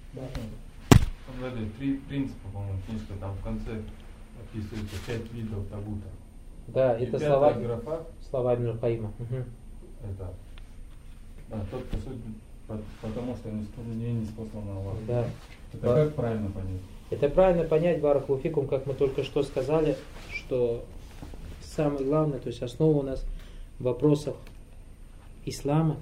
Да. В этой три принципа, по-моему, книжка, там в конце описывается 5 видов тагута. Да, И это графа, слова Ибн Каима. Это тот, по сути, потому что не ниспослан на Аллах. Да. Это как правильно понять? Это правильно понять, баракаллаху фикум, как мы только что сказали, что самое главное, то есть основа у нас в вопросах ислама,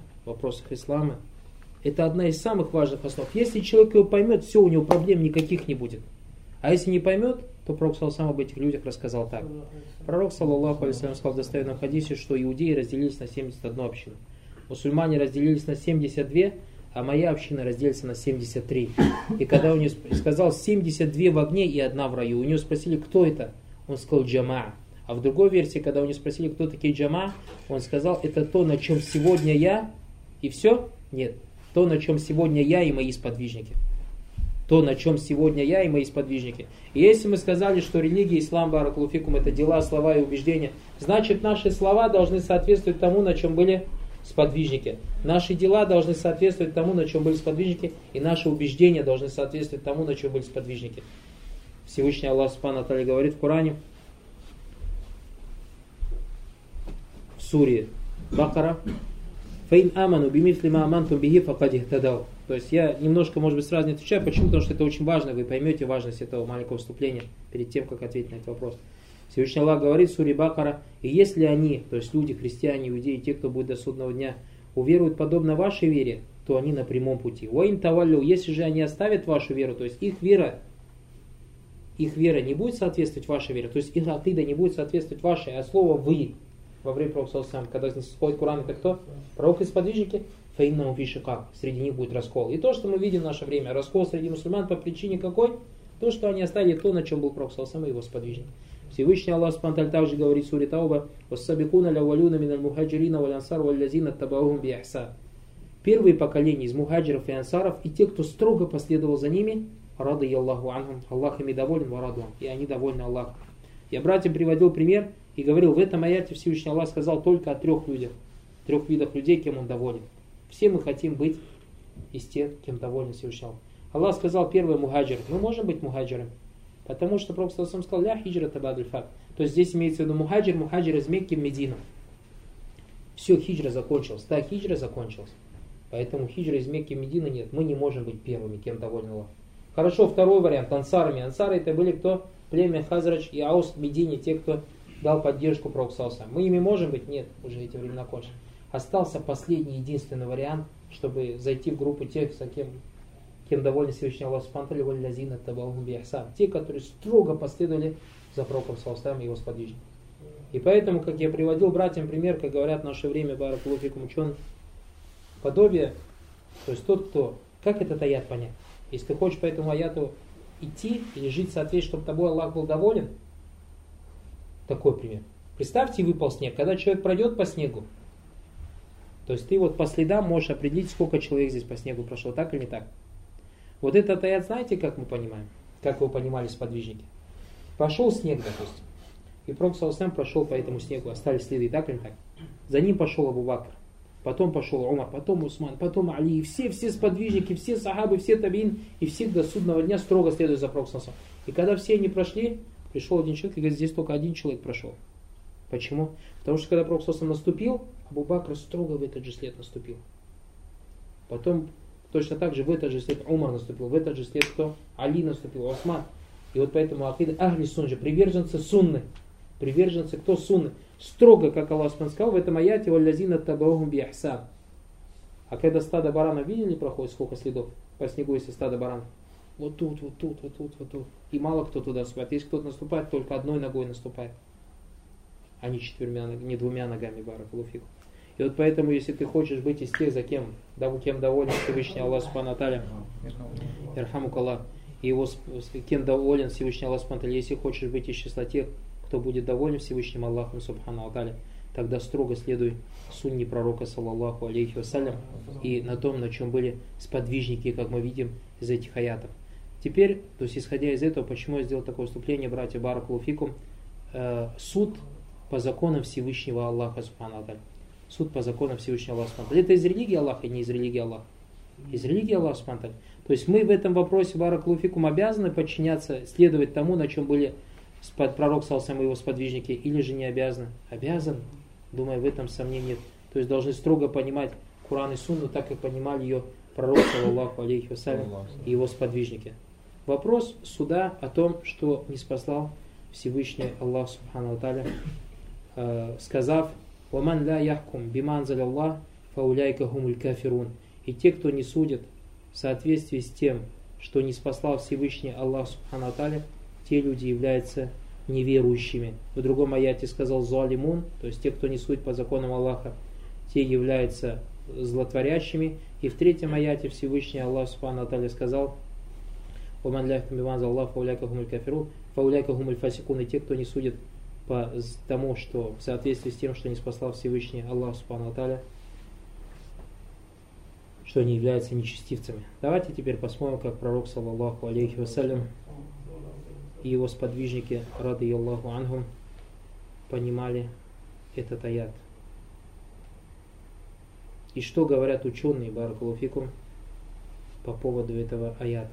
это одна из самых важных основ. Если человек его поймет, все, у него проблем никаких не будет. А если не поймет, то Пророк саллаллаху об этих людях рассказал так. Пророк саллаллаху алейхи ва саллям сказал в достоверном хадисе, что иудеи разделились на 71 общину. Мусульмане разделились на 72, а моя община разделится на 73. И когда он сказал 72 в огне и одна в раю, у него спросили, кто это? Он сказал джама. А в другой версии, когда у него спросили, кто такие джама, он сказал, это то, на чем сегодня я, и все? Нет. То, на чем сегодня я и мои сподвижники. То, на чем сегодня я и мои сподвижники. И если мы сказали, что религия, ислам, баракаллаху фикум, это дела, слова и убеждения, значит наши слова должны соответствовать тому, на чем были сподвижники. Наши дела должны соответствовать тому, на чем были сподвижники, и наши убеждения должны соответствовать тому, на чем были сподвижники. Всевышний Аллах Субхану ва Тааля говорит в Коране, в суре Бакара, «Фаин аману бимисли ма амантум бихи факад ихтадау». То есть я немножко, может быть, сразу не отвечаю. Почему? Потому что это очень важно. Вы поймете важность этого маленького вступления перед тем, как ответить на этот вопрос. Всевышний Аллах говорит в суре Бакара, и если они, то есть люди, христиане, иудеи, те, кто будет до судного дня, уверуют подобно вашей вере, то они на прямом пути. Уаин таваллю, если же они оставят вашу веру, то есть их вера не будет соответствовать вашей вере, то есть их акида не будет соответствовать вашей, а слово «вы» во время пророка саллаллаху, когда сходит Коран, это кто? Пророк и сподвижники? Фаиннахум фи шикак. Среди них будет раскол. И то, что мы видим в наше время, раскол среди мусульман по причине какой? То, что они оставили то, на чем был пророк саллаллаху и его сподвижник. Всевышний Аллах Субхану ва Тааля также говорит в суре Тауба: «Вассабикуна ляввалюна миналь мухаджирина валь ансар валлязина табаухум би ихсан». Первые поколения из мухаджиров и ансаров и те, кто строго последовал за ними, рады Аллаху анхум, Аллах ими доволен, вараду, и они довольны Аллахом. Я братьям приводил пример и говорил, в этом аяте Всевышний Аллах сказал только о 3 людях, 3 видах людей, кем он доволен. Все мы хотим быть из тех, кем доволен Всевышний Аллах. Аллах сказал, первый мухаджир. Мы можем быть мухаджиром, потому что Пророк саллаллаху сказал, ля хиджра табадуль фат. То есть здесь имеется в виду мухаджир из Мекки в Медину. Все, хиджра закончилась. Да, хиджра закончилась. Поэтому хиджра из Мекки в Медину нет. Мы не можем быть первыми, кем доволен Аллах. Хорошо, второй вариант, ансарами. Ансары это были кто? Племя Хазрач и Аус в Медине, те, кто дал поддержку Пророку саллаллаху. Мы ими можем быть? Нет, уже эти времена кончились. Остался последний, единственный вариант, чтобы зайти в группу тех, кем доволен Всевышний Аллах Субхану ва Тааля, валлязина табаухум би ихсан. Те, которые строго последовали за Пророком саллаллаху и его сподвижником. И поэтому, как я приводил братьям пример, как говорят в наше время, баракаллаху фикум, ученые, подобие, то есть тот, кто, как этот аят понять? Если ты хочешь по этому аяту идти или жить в соответствии, чтобы тобой Аллах был доволен, такой пример. Представьте, выпал снег. Когда человек пройдет по снегу, то есть ты вот по следам можешь определить, сколько человек здесь по снегу прошло, так или не так. Вот этот аят, знаете, как мы понимаем? Как его понимали сподвижники? Пошел снег, допустим, и Пророк саллаллаху прошел по этому снегу, остались следы, так или не так? За ним пошел Абу Бакр, потом пошел Умар, потом Усман, потом Али, и все сподвижники, все сахабы, все табиин, и все до судного дня строго следуют за Пророком саллаллаху. И когда все они прошли, пришел один человек и говорит, здесь только один человек прошел. Почему? Потому что когда Пророк саллаллаху наступил, Абу Бакр строго в этот же след наступил. Потом точно так же в этот же след Умар наступил, в этот же след кто? Али наступил, Усман. И вот поэтому акида ахли сунны, приверженцы сунны. Приверженцы кто сунны? Строго, как Аллах сказал в этом аяте, валлязина табаухум би ихсан. А когда стадо баранов видели, проходит сколько следов по снегу, если стадо баранов? Вот тут. И мало кто туда наступает. Если кто-то наступает, только одной ногой наступает. А не 4, не 2 ногами, баракаллаху фикум. И вот поэтому, если ты хочешь быть из тех, кем доволен Всевышний Аллах Субхану ва Тааля, ирхамукаллах, и его кем доволен Всевышний Аллах Субхану ва Тааля, если хочешь быть из числа тех, кто будет доволен Всевышним Аллахом Субхану ва Тааля, тогда строго следуй сунне пророка саллаллаху алейхи вассалям и на том, на чем были сподвижники, как мы видим из этих аятов. Теперь, то есть исходя из этого, почему я сделал такое вступление, братья, баракаллаху фикум, суд по законам Всевышнего Аллаха Субхану ва Тааля. Суд по законам Всевышнего Аллаха Субхану ва Тааля. Это из религии Аллаха и не из религии Аллаха? Из религии Аллаха Субхану ва Тааля. То есть мы в этом вопросе, баракаллаху фикум, обязаны подчиняться, следовать тому, на чем были пророк саллаллаху и его сподвижники, или же не обязаны? Обязаны. Думаю, в этом сомнений нет. То есть должны строго понимать Куран и Сунну, так как понимали ее пророк, саллаллаху алейхи вассалям, и его сподвижники. Вопрос суда о том, что не спаслал Всевышний Аллах Субхану ва Тааля, сказав: «Ваман ля яхкум биман заляллах фауляйка хумуль кафирун». И те, кто не судит в соответствии с тем, что не спаслал Всевышний Аллах Субхану ва Тааля, те люди являются неверующими. В другом аяте сказал «залимун», то есть те, кто не судит по законам Аллаха, те являются злотворящими. И в третьем аяте Всевышний Аллах Субхану ва Тааля сказал: «Ваман ля яхкум биман заляллах фауляйка хумуль кафирун, фауляйка хумуль фасикун». И те, кто не судит по тому, что в соответствии с тем, что не спаслал Всевышний Аллах Субхану ва Тааля, что они являются нечестивцами. Давайте теперь посмотрим, как пророк, саллаллаху алейхи вассалям, и его сподвижники, радийаллаху анхум, понимали этот аят. И что говорят ученые, баракаллаху фикум, по поводу этого аята.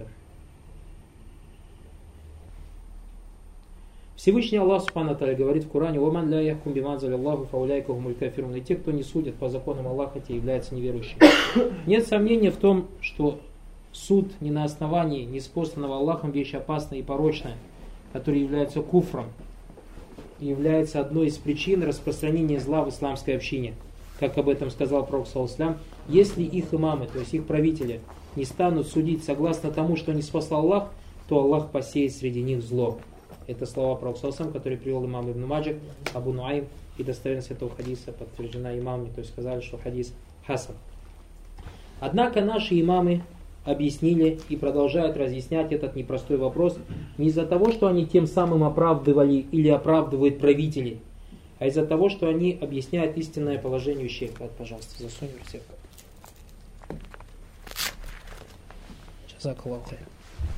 Всевышний Аллах Субхану ва Тааля говорит в Коране: «Ваман ля яхкум биман заляллаху фауляйка хумуль кафирун». И те, кто не судят по законам Аллаха, те являются неверующими. Нет сомнения в том, что суд не на основании неспосланного Аллахом вещь опасная и порочная, которая является куфром, и является одной из причин распространения зла в исламской общине. Как об этом сказал пророк саллаллаху алейхи ва саллям: если их имамы, то есть их правители, не станут судить согласно тому, что не спасал Аллах, то Аллах посеет среди них зло. Это слова пророка саллаллаху алейхи ва саллям, которые привел имам Ибн Маджа, Абу Нуайм, и достоверность этого хадиса подтверждена имамами, то есть сказали, что хадис хасан. Однако наши имамы объяснили и продолжают разъяснять этот непростой вопрос не из-за того, что они тем самым оправдывали или оправдывают правителей, а из-за того, что они объясняют истинное положение вещей. Пожалуйста, засунь в розетку. Джазакаллаху хайр.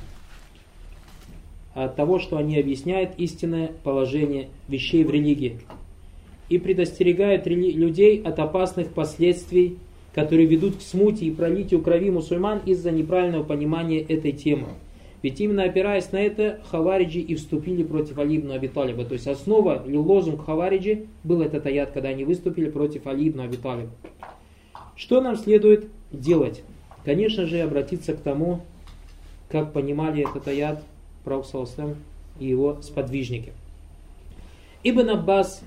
От того, что они объясняют истинное положение вещей в религии и предостерегают людей от опасных последствий, которые ведут к смуте и пролитию крови мусульман из-за неправильного понимания этой темы. Ведь именно опираясь на это, хавариджи и вступили против Али ибн Аби Талиба. То есть основа или лозунг хавариджи был этот аят, когда они выступили против Али ибн Аби Талиба. Что нам следует делать? Конечно же, обратиться к тому, как понимали этот аят пророк саллаллаху алейхи ва саллям и его сподвижники. Ибн Аббас,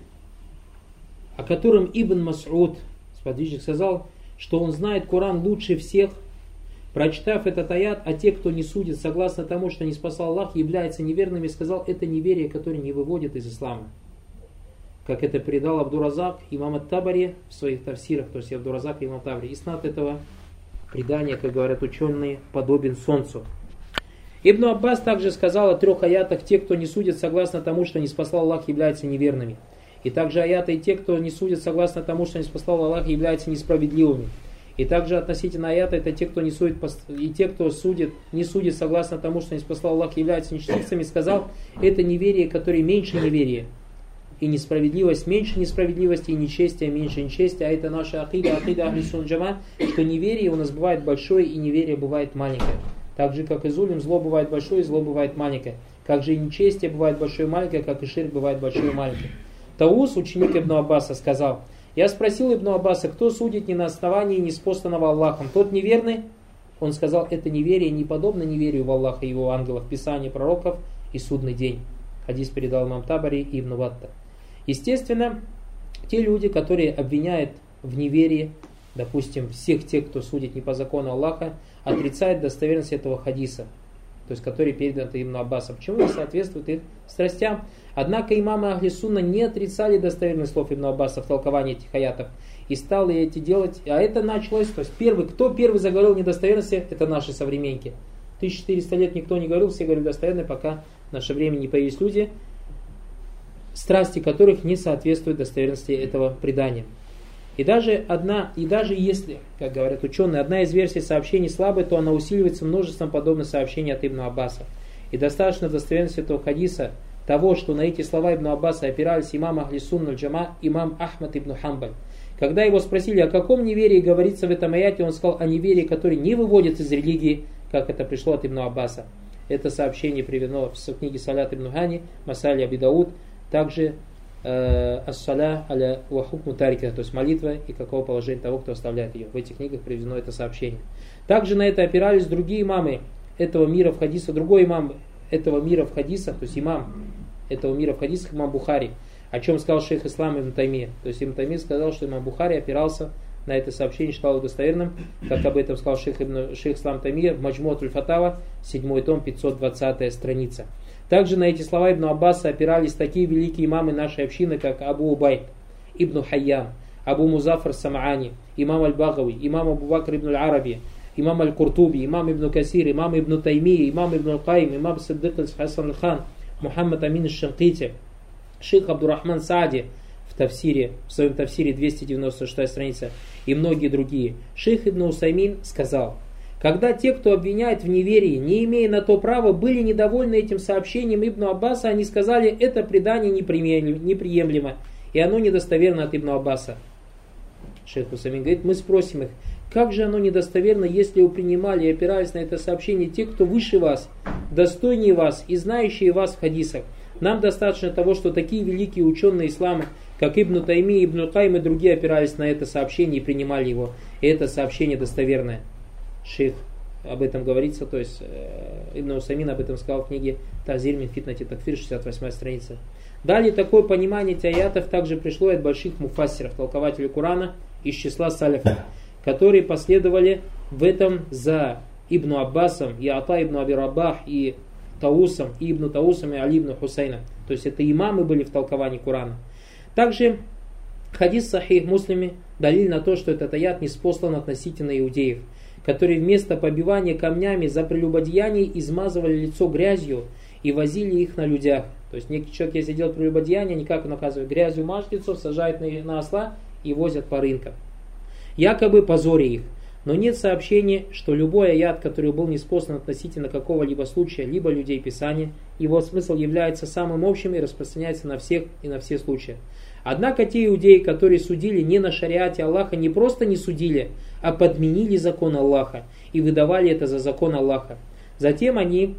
о котором Ибн Мас'уд, сподвижник, сказал, что он знает Коран лучше всех, прочитав этот аят: а те, кто не судит согласно тому, что не спасал Аллах, являются неверными, сказал: это неверие, которое не выводит из ислама. Как это передал Абдуразак, имам ат-Табари в своих тафсирах, то есть Абдуразак и имам Табари. Иснад этого предания, как говорят ученые, подобен солнцу. Ибн Аббас также сказал о 3 аятах: те, кто не судит согласно тому, что не спасал Аллах, являются неверными. И также аяты: и те, кто не судит согласно тому, что не спасал Аллах, являются несправедливыми. И также относительно аята: это те, кто не судит, и те, кто не судит согласно тому, что не спасал Аллах, являются нечестивцами, сказал: это неверие, которое меньше неверия, и несправедливость меньше несправедливости, и нечестие меньше нечестия. А это наша акида ахли сунна джама, что неверие у нас бывает большое, и неверие бывает маленькое. Так же, как и зулим, зло бывает большое, и зло бывает маленькое. Как же и нечестие бывает большое и маленькое, как и ширк бывает большое и маленькое. Таус, ученик Ибн Аббаса, сказал: я спросил Ибн Аббаса, кто судит не на основании неспосланного Аллахом, тот неверный? Он сказал: это неверие не подобно неверию в Аллаха и его ангелов, Писание пророков и судный день. Хадис передал имам Табари и Ибн Ватта. Естественно, те люди, которые обвиняют в неверии, допустим, всех тех, кто судит не по закону Аллаха, отрицают достоверность этого хадиса, то есть который передан Ибн Аббасом. Почему? Не соответствует их страстям. Однако имамы Ахли Сунна не отрицали достоверность слов Ибн Аббаса в толковании этих аятов и стали эти делать. А это началось, то есть кто первый заговорил недостоверности, это наши современники. 1400 лет никто не говорил, все говорили достоверно, пока в наше время не появились люди, страсти которых не соответствуют достоверности этого предания. И даже если, как говорят ученые, одна из версий сообщений слабая, то она усиливается множеством подобных сообщений от Ибн Аббаса. И достаточно достоверности этого хадиса того, что на эти слова Ибн Аббаса опирались имам Ахли Сунна Джама, имам Ахмад ибн Хамбаль. Когда его спросили, о каком неверии говорится в этом аяте, он сказал: о неверии, которое не выводит из религии, как это пришло от Ибн Аббаса. Это сообщение приведено в книге Салят ибн Гани, Масали Аби Дауд, также Ас-Саля аля Вахукму Тарика, то есть молитва и какого положения того, кто оставляет ее. В этих книгах приведено это сообщение. Также на это опирались другие имамы этого мира в хадисах, другой имам этого мира в хадисах, то есть имам этого мира в хадисах, имам Бухари, о чем сказал шейх Ислам ибн Таймия. То есть ибн Таймия сказал, что имам Бухари опирался на это сообщение, считал его достоверным, как об этом сказал шейх Ислам Таймия в Маджмуат аль-Фатава, 7 том, 520 страница. Также на эти слова Ибн Аббаса опирались такие великие имамы нашей общины, как Абу Убайд, Ибн Хайян, Абу Музафар Сам'ани, имам Аль-Багави, имам Абу Бакр ибн Аль-Араби, имам Аль-Куртуби, имам Ибн Касир, имам Ибн Таймия, имам Ибн Аль-Каим, имам Сиддик Хасан Аль-Хан, Мухаммад Амин Аль-Шанкити, шейх Абдурахман Саади в своем тафсире 296 страница и многие другие. Шейх Ибн Усаймин сказал: когда те, кто обвиняет в неверии, не имея на то права, были недовольны этим сообщением Ибн Аббаса, они сказали, это предание неприемлемо, и оно недостоверно от Ибн Аббаса. Шейх Усаймин говорит, мы спросим их, как же оно недостоверно, если вы принимали и опирались на это сообщение те, кто выше вас, достойнее вас и знающие вас в хадисах? Нам достаточно того, что такие великие ученые ислама, как Ибн Тайми, Ибн Кайм и другие опирались на это сообщение и принимали его. И это сообщение достоверное. Шейх об этом говорится, то есть Ибн Усаймин об этом сказал в книге Тазир мин фитнати такфир, 68 страница. Далее такое понимание этих аятов также пришло от больших муфассиров, толкователей Корана из числа салифов, которые последовали в этом за Ибн Аббасом и Ата ибн Аби Рабах и Таусом, и Ибн Таусом и Али ибн Хусейном. То есть это имамы были в толковании Корана. Также хадис Сахих Муслиме далиль на то, что этот аят ниспослан относительно иудеев, которые вместо побивания камнями за прелюбодеяние измазывали лицо грязью и возили их на людях. То есть некий человек, если делает прелюбодеяние, они как наказывают? Грязью мажут лицо, сажают на осла и возят по рынкам. Якобы позоря их. Но нет сообщения, что любой аят, который был ниспослан относительно какого-либо случая, либо людей Писания, его смысл является самым общим и распространяется на всех и на все случаи. Однако те иудеи, которые судили не на шариате Аллаха, не просто не судили, а подменили закон Аллаха и выдавали это за закон Аллаха. Затем они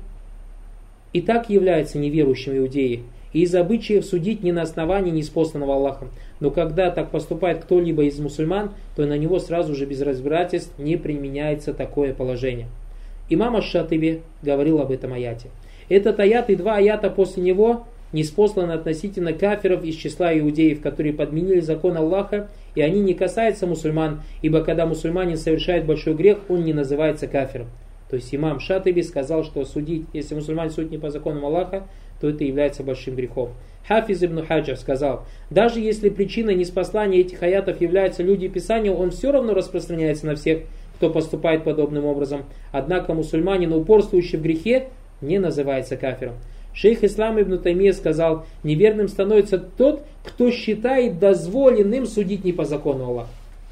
и так являются неверующими иудеи, и из обычаев судить не на основании ниспосланного Аллахом. Но когда так поступает кто-либо из мусульман, то на него сразу же без разбирательств не применяется такое положение. Имам Аш-Шатиби говорил об этом аяте. Этот аят и два аята после него ниспосланы относительно кафиров из числа иудеев, которые подменили закон Аллаха, и они не касаются мусульман, ибо когда мусульманин совершает большой грех, он не называется кафиром. То есть имам Шатиби сказал, что судить, если мусульманин судит не по законам Аллаха, то это является большим грехом. Хафиз ибн Хаджар сказал, даже если причиной ниспослания этих аятов являются люди Писания, он все равно распространяется на всех, кто поступает подобным образом. Однако мусульманин, упорствующий в грехе, не называется кафиром. Шейх Ислам ибн Таймия сказал, неверным становится тот, кто считает дозволенным судить не по закону Аллаха.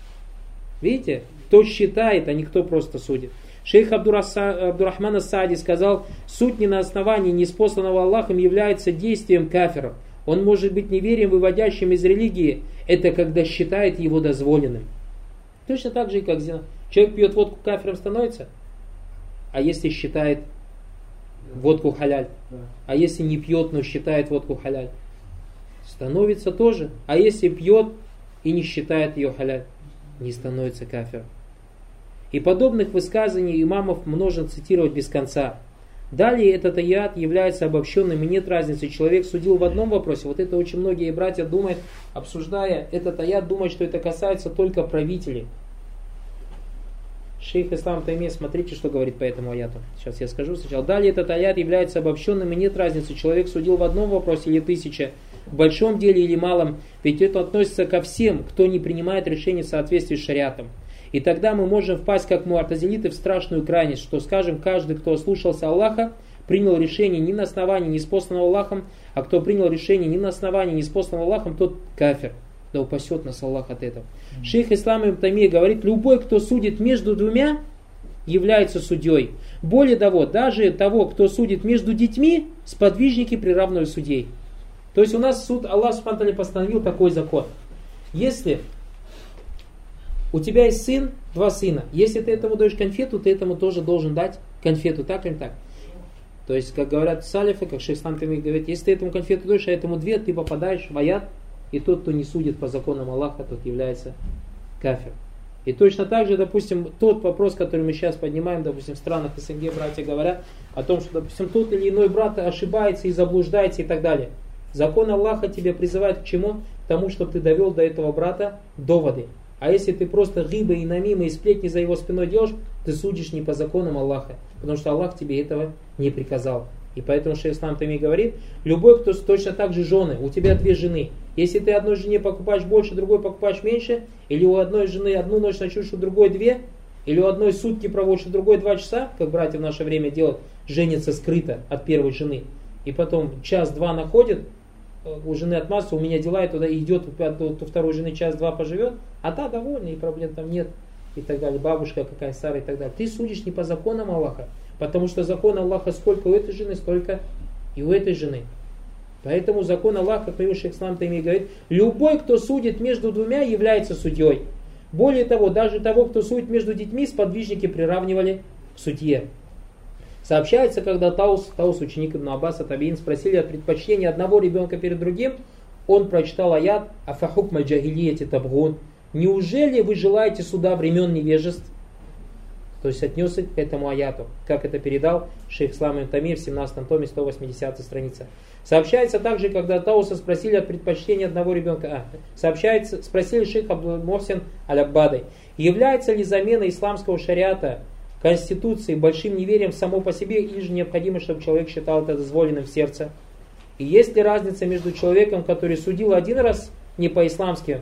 Видите? Кто считает, а не кто просто судит. Шейх Абдурахман ас-Саади сказал, суть не на основании ниспосланного Аллахом является действием кафира. Он может быть неверием, выводящим из религии. Это когда считает его дозволенным. Точно так же и как зина. Человек пьет водку, кафиром становится? А если считает водку халяль? А если не пьет, но считает водку халяль? Становится тоже. А если пьет и не считает ее халяль? Не становится кафиром. И подобных высказаний имамов можно цитировать без конца. Далее этот аят является обобщенным, и нет разницы. Человек судил в одном вопросе. Вот это очень многие братья думают, обсуждая этот аят, думают, что это касается только правителей. Шейх Ислам Таймия, смотрите, что говорит по этому аяту. Сейчас я скажу сначала. Далее этот аят является обобщенным, и нет разницы. Человек судил в одном вопросе или 1000, в большом деле или малом. Ведь это относится ко всем, кто не принимает решения в соответствии с шариатом. И тогда мы можем впасть, как му'тазилиты, в страшную крайность, что, скажем, каждый, кто ослушался Аллаха, принял решение не на основании ниспосланного Аллахом, а кто принял решение не на основании ниспосланного Аллахом, тот кафир. Да упасет нас Аллах от этого. Шейх Ислам ибн Таймия говорит, любой, кто судит между двумя, является судьей. Более того, даже того, кто судит между детьми, сподвижники приравнивают судей. То есть у нас суд, Аллах Субхану ва Тааля постановил такой закон. Если у тебя есть сын, два сына. Если ты этому даешь конфету, ты этому тоже должен дать конфету, так или так. То есть, как говорят салифы, как шейх Ислам Тайми говорит, если ты этому конфету даешь, а этому две, ты попадаешь в аят, и тот, кто не судит по законам Аллаха, тот является кафир. И точно так же, допустим, тот вопрос, который мы сейчас поднимаем, допустим, в странах СНГ братья говорят о том, что, допустим, тот или иной брат ошибается и заблуждается и так далее. Закон Аллаха тебя призывает к чему? К тому, чтобы ты довел до этого брата доводы. А если ты просто гиба и намима и сплетни за его спиной делаешь, ты судишь не по законам Аллаха, потому что Аллах тебе этого не приказал. И поэтому шейх Ислам Тайми говорит, любой, кто точно так же жены, у тебя две жены. Если ты одной жене покупаешь больше, другой покупаешь меньше, или у одной жены одну ночь ночуешь, у другой две, или у одной сутки проводишь, у другой 2 часа, как братья в наше время делают, женятся скрыто от первой жены, и потом час-два находят, у жены отмазывается, у меня дела, и туда идет, у второй жены час-два поживет, а та довольна, и проблем там нет, и так далее, бабушка какая старая и так далее. Ты судишь не по законам Аллаха, потому что закон Аллаха сколько у этой жены, столько и у этой жены. Поэтому закон Аллаха, как привел шейх Ислам Тайми, говорит, любой, кто судит между двумя, является судьей. Более того, даже того, кто судит между детьми, сподвижники приравнивали к судье. Сообщается, когда Таус, ученик Ибн Аббаса, Табиин, спросили о предпочтении одного ребенка перед другим, он прочитал аят «Афахукма джахилияти табгун». Неужели вы желаете суда времен невежеств? То есть отнесся к этому аяту, как это передал шейх Ислам Ибн Тайми в 17 томе, 180 страница. Сообщается также, когда Тауса спросили о предпочтении одного ребенка. Спросили шейх Абдул-Мохсин Аль-Аббадой, является ли замена исламского шариата Конституции большим неверием само по себе, или же необходимо, чтобы человек считал это дозволенным в сердце? И есть ли разница между человеком, который судил один раз не по-исламски,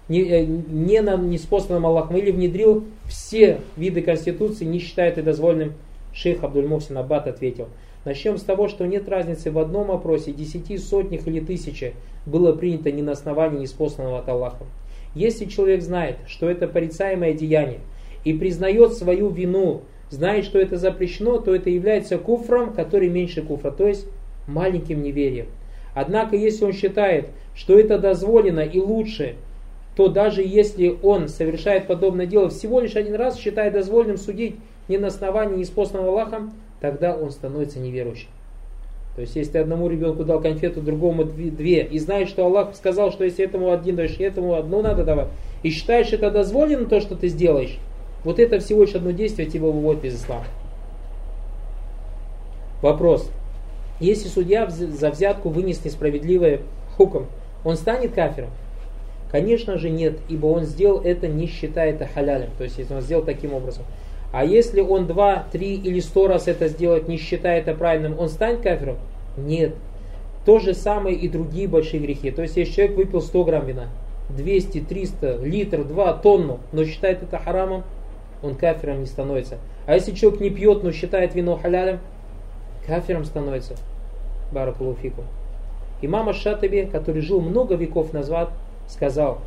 не способом Аллахом, или внедрил все виды Конституции, не считая это дозволенным? Шейх Абдуль-Мухсин Аббад ответил: начнем с того, что нет разницы в одном вопросе, 10, сотнях или 1000 было принято не на основании неспосланного от Аллаха. Если человек знает, что это порицаемое деяние, и признает свою вину, знает, что это запрещено, то это является куфром, который меньше куфра, то есть маленьким неверием. Однако, если он считает, что это дозволено и лучше, то даже если он совершает подобное дело всего лишь один раз, считая дозволенным судить не на основании неспосланного Аллахом, тогда он становится неверующим. То есть, если ты одному ребенку дал конфету, другому две, и знаешь, что Аллах сказал, что если этому один даешь, этому одну надо давать, и считаешь это дозволенным, то, что ты сделаешь, вот это всего лишь одно действие тебя выводит из ислама. Вопрос. Если судья за взятку вынес несправедливый хукм, он станет кафиром? Конечно же нет, ибо он сделал это, не считая это халялем. То есть, если он сделал таким образом. А если он 2, 3 или 100 раз это сделает, не считая это правильным, он станет кафиром? Нет. То же самое и другие большие грехи. То есть, если человек выпил 100 грамм вина, 200, 300, литр, 2, тонну, но считает это харамом, он кафиром не становится. А если человек не пьет, но считает вино халялем, кафиром становится. Баракаллаху фикум. Имам Аш-Шатиби, который жил много веков назад, сказал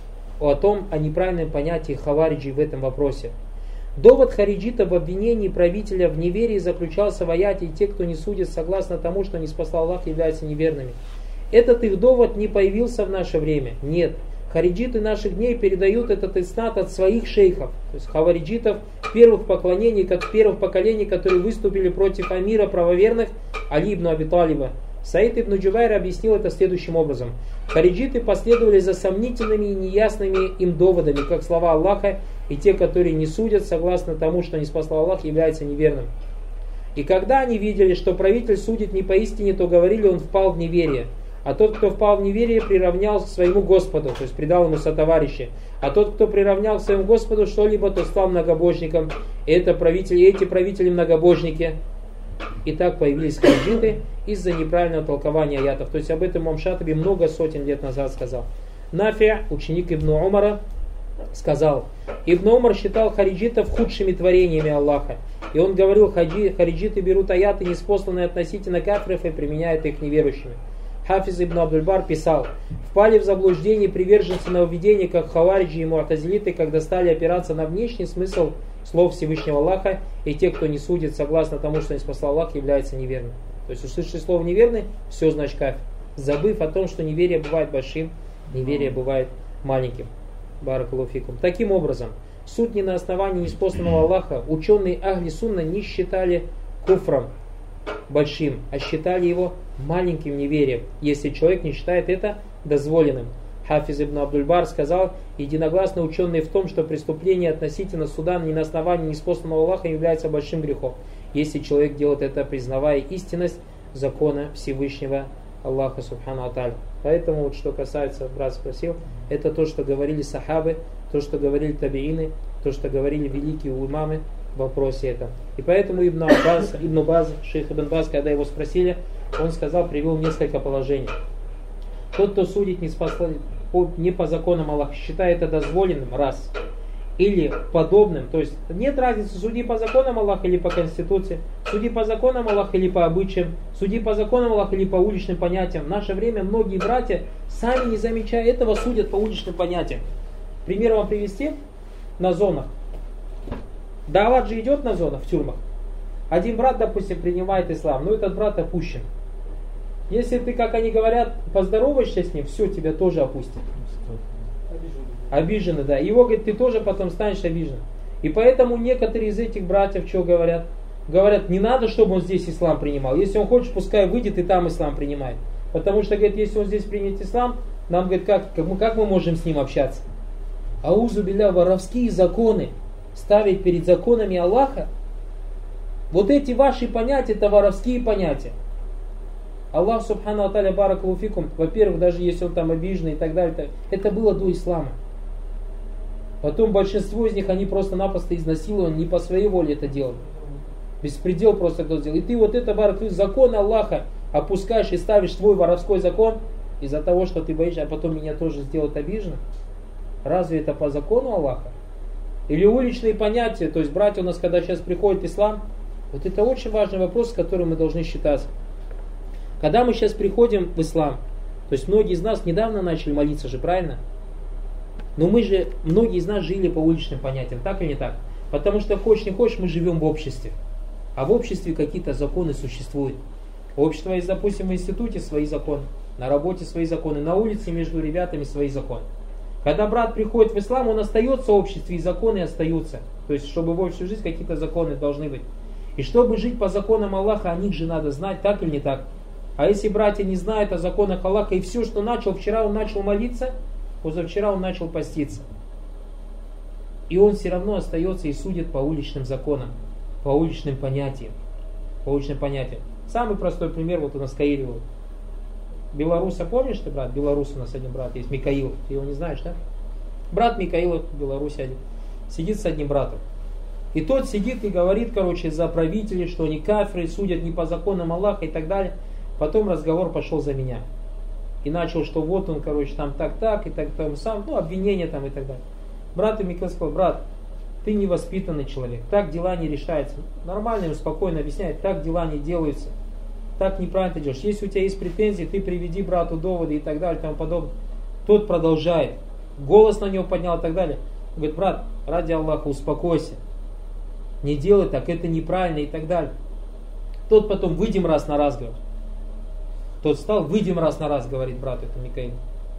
о неправильном понятии хавариджи в этом вопросе. Довод хариджита в обвинении правителя в неверии заключался в аяте: и те, кто не судит согласно тому, что не спасал Аллах, являются неверными. Этот их довод не появился в наше время. Нет. Хариджиты наших дней передают этот иснат от своих шейхов, то есть хавариджитов первых поколений, которые выступили против амира правоверных Али ибн Аби Талиба. Саид ибн Джубайр объяснил это следующим образом. Хариджиты последовали за сомнительными и неясными им доводами, как слова Аллаха: и те, которые не судят согласно тому, что не спасал Аллах, являются неверным. И когда они видели, что правитель судит не поистине, то говорили: он впал в неверие. А тот, кто впал в неверие, приравнял к своему Господу, то есть предал ему сотоварища. А тот, кто приравнял к своему Господу что-либо, то стал многобожником. И эти правители многобожники. И так появились хариджиты из-за неправильного толкования аятов. То есть об этом имам Шатиби много сотен лет назад сказал. Нафи, ученик Ибн Умара, сказал: Ибн Умар считал хариджитов худшими творениями Аллаха. И он говорил: хариджиты берут аяты, неспосланные относительно кафиров, и применяют их неверующими. Хафиз ибн Абдуль-Бар писал: впали в заблуждение приверженцы нововведения, как хавариджи и му'тазилиты, когда стали опираться на внешний смысл слов Всевышнего Аллаха, и те, кто не судит согласно тому, что не спасал Аллах, являются неверным. То есть, услышали слово неверный, все значит кафир, забыв о том, что неверие бывает большим, неверие бывает маленьким. Баракаллаху фикум. Таким образом, Суд не на основании неспосланного Аллаха ученые Ахли Сунна не считали куфром большим, а считали его маленьким неверием, если человек не считает это дозволенным. Хафиз ибн Абдуль-Бар сказал: единогласно ученые в том, что преступление относительно суда не на основании неспосланного Аллаха является большим грехом, если человек делает это, признавая истинность закона Всевышнего Аллаха Субхану Аталь. Поэтому вот что касается, брат спросил, это то, что говорили сахабы, то, что говорили табиины, то, что говорили великие имамы в вопросе этом. И поэтому Ибн Баз, шейх Ибн Баз, когда его спросили, он сказал, привел несколько положений. Тот, кто судит не по законам Аллаха, считает это дозволенным, раз. Или подобным, то есть нет разницы, суди по законам Аллаха или по Конституции, суди по законам Аллаха или по обычаям, суди по законам Аллаха или по уличным понятиям. В наше время многие братья, сами не замечая этого, судят по уличным понятиям. Пример вам привести на зонах. Дават же идет на зонах, в тюрьмах. Один брат, допустим, принимает ислам, но этот брат опущен. Если ты, как они говорят, поздороваешься с ним, все, тебя тоже опустят. Обижены, да. Его, говорит, ты тоже потом станешь обижен. И поэтому некоторые из этих братьев что говорят? Говорят, не надо, чтобы он здесь ислам принимал. Если он хочет, пускай выйдет и там ислам принимает. Потому что, говорит, если он здесь примет ислам, нам, говорит, как мы можем с ним общаться? Аузу билля, воровские законы ставить перед законами Аллаха. Вот эти ваши понятия, это воровские понятия. Аллах Субхану Аталя баракаллаху фикум, во-первых, даже если он там обиженный и так далее, это было до ислама. Потом большинство из них, они просто-напросто изнасилованы, не по своей воле это делали. Беспредел просто кто сделал. И ты вот это, баракаллаху, закон Аллаха опускаешь и ставишь свой воровской закон из-за того, что ты боишься, а потом меня тоже сделают обиженным. Разве это по закону Аллаха? Или уличные понятия, то есть братья у нас, когда сейчас приходит ислам, вот это очень важный вопрос, с которым мы должны считаться. Когда мы сейчас приходим в ислам, то есть многие из нас недавно начали молиться же, правильно? Но многие из нас жили по уличным понятиям, так или не так? Потому что хочешь не хочешь, мы живем в обществе. А в обществе какие-то законы существуют. Общество есть, допустим, в институте свои законы, на работе свои законы, на улице между ребятами свои законы. Когда брат приходит в ислам, он остается в обществе, и законы остаются. То есть, чтобы в общей жизни какие-то законы должны быть. И чтобы жить по законам Аллаха, о них же надо знать, так или не так? А если братья не знают о законах Аллаха, и все, что начал, вчера он начал молиться, позавчера он начал поститься. И он все равно остается и судит по уличным законам, по уличным понятиям. По уличным понятиям. Самый простой пример вот у нас Каире. Белоруса, помнишь ты, брат? Белорус у нас один брат есть, Микаил. Ты его не знаешь, да? Брат Микаила в Беларуси один. Сидит с одним братом. И тот сидит и говорит, за правителей, что они кафиры, судят не по законам Аллаха и так далее. Потом разговор пошел за меня. И начал, что вот он, там так, и так, там сам, обвинения там и так далее. Брат Микаил сказал, брат, ты невоспитанный человек, так дела не решаются. Нормально ему спокойно объясняет, так дела не делаются. Так неправильно ты делаешь. Если у тебя есть претензии, ты приведи брату доводы и так далее, и тому подобное. Тот продолжает. Голос на него поднял и так далее. Он говорит, брат, ради Аллаха, успокойся. Не делай так, это неправильно и так далее. Тот потом, выйдем раз на раз, говорит. Тот встал, выйдем раз на раз, говорит брат, это Микаил.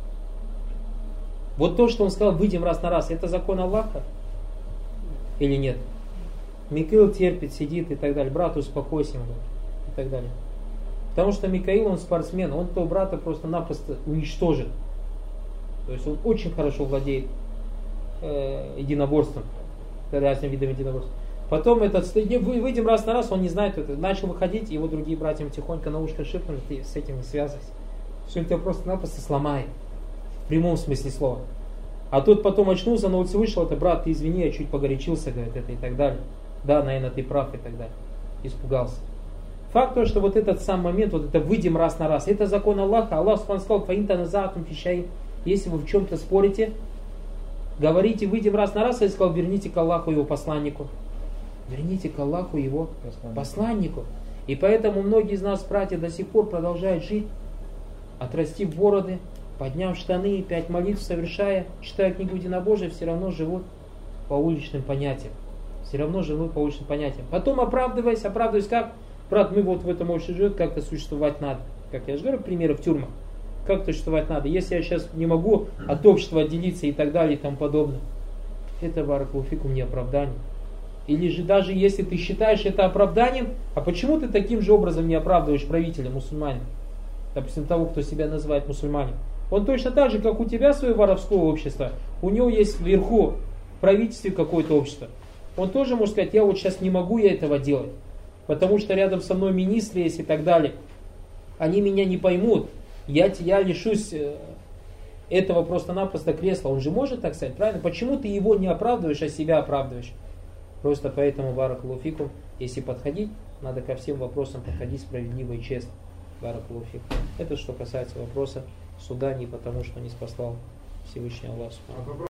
Вот то, что он сказал, выйдем раз на раз, это закон Аллаха? Или нет? Микаил терпит, сидит и так далее. Брат, успокойся, говорит, и так далее. Потому что Микаил, он спортсмен, он того брата просто-напросто уничтожит. То есть он очень хорошо владеет единоборством, разными видами единоборств. Потом выйдем раз на раз, он не знает это. Начал выходить, его другие братья тихонько на ушко шепнули, ты с этим не связывайся. Все тебя просто-напросто сломает. В прямом смысле слова. А тут потом очнулся, на улице вышел, это брат, ты извини, я чуть погорячился, говорит, это и так далее. Да, наверное, ты прав и так далее. Испугался. Факт то, что вот этот сам момент, вот это выйдем раз на раз, это закон Аллаха. Аллах сказал, если вы в чем-то спорите, говорите, выйдем раз на раз, я сказал, верните к Аллаху его посланнику. Верните к Аллаху его посланнику. И поэтому многие из нас, братья, до сих пор продолжают жить, отрастив бороды, подняв штаны, 5 молитв совершая, читая книгу единобожия, все равно живут по уличным понятиям. Все равно живут по уличным понятиям. Потом оправдываясь как? Брат, мы вот в этом обществе живем, как-то существовать надо. Как я же говорю, примеры в тюрьмах. Как-то существовать надо. Если я сейчас не могу от общества отделиться и так далее и тому подобное. это, баракалуфикум, не оправдание. Или же даже если ты считаешь это оправданием, а почему ты таким же образом не оправдываешь правителя, мусульманина? Допустим, того, кто себя называет мусульманином. Он точно так же, как у тебя свое воровское общество, у него есть вверху в правительстве какое-то общество. Он тоже может сказать, я вот сейчас не могу этого делать, потому что рядом со мной министры есть и так далее. Они меня не поймут, я лишусь этого просто-напросто кресла. Он же может так сказать, правильно? Почему ты его не оправдываешь, а себя оправдываешь? Просто поэтому, баракалуфикум, если подходить, надо ко всем вопросам подходить справедливо и честно. Баракалуфикум. Это что касается вопроса суда, не потому что не спаслал Всевышний Аллах.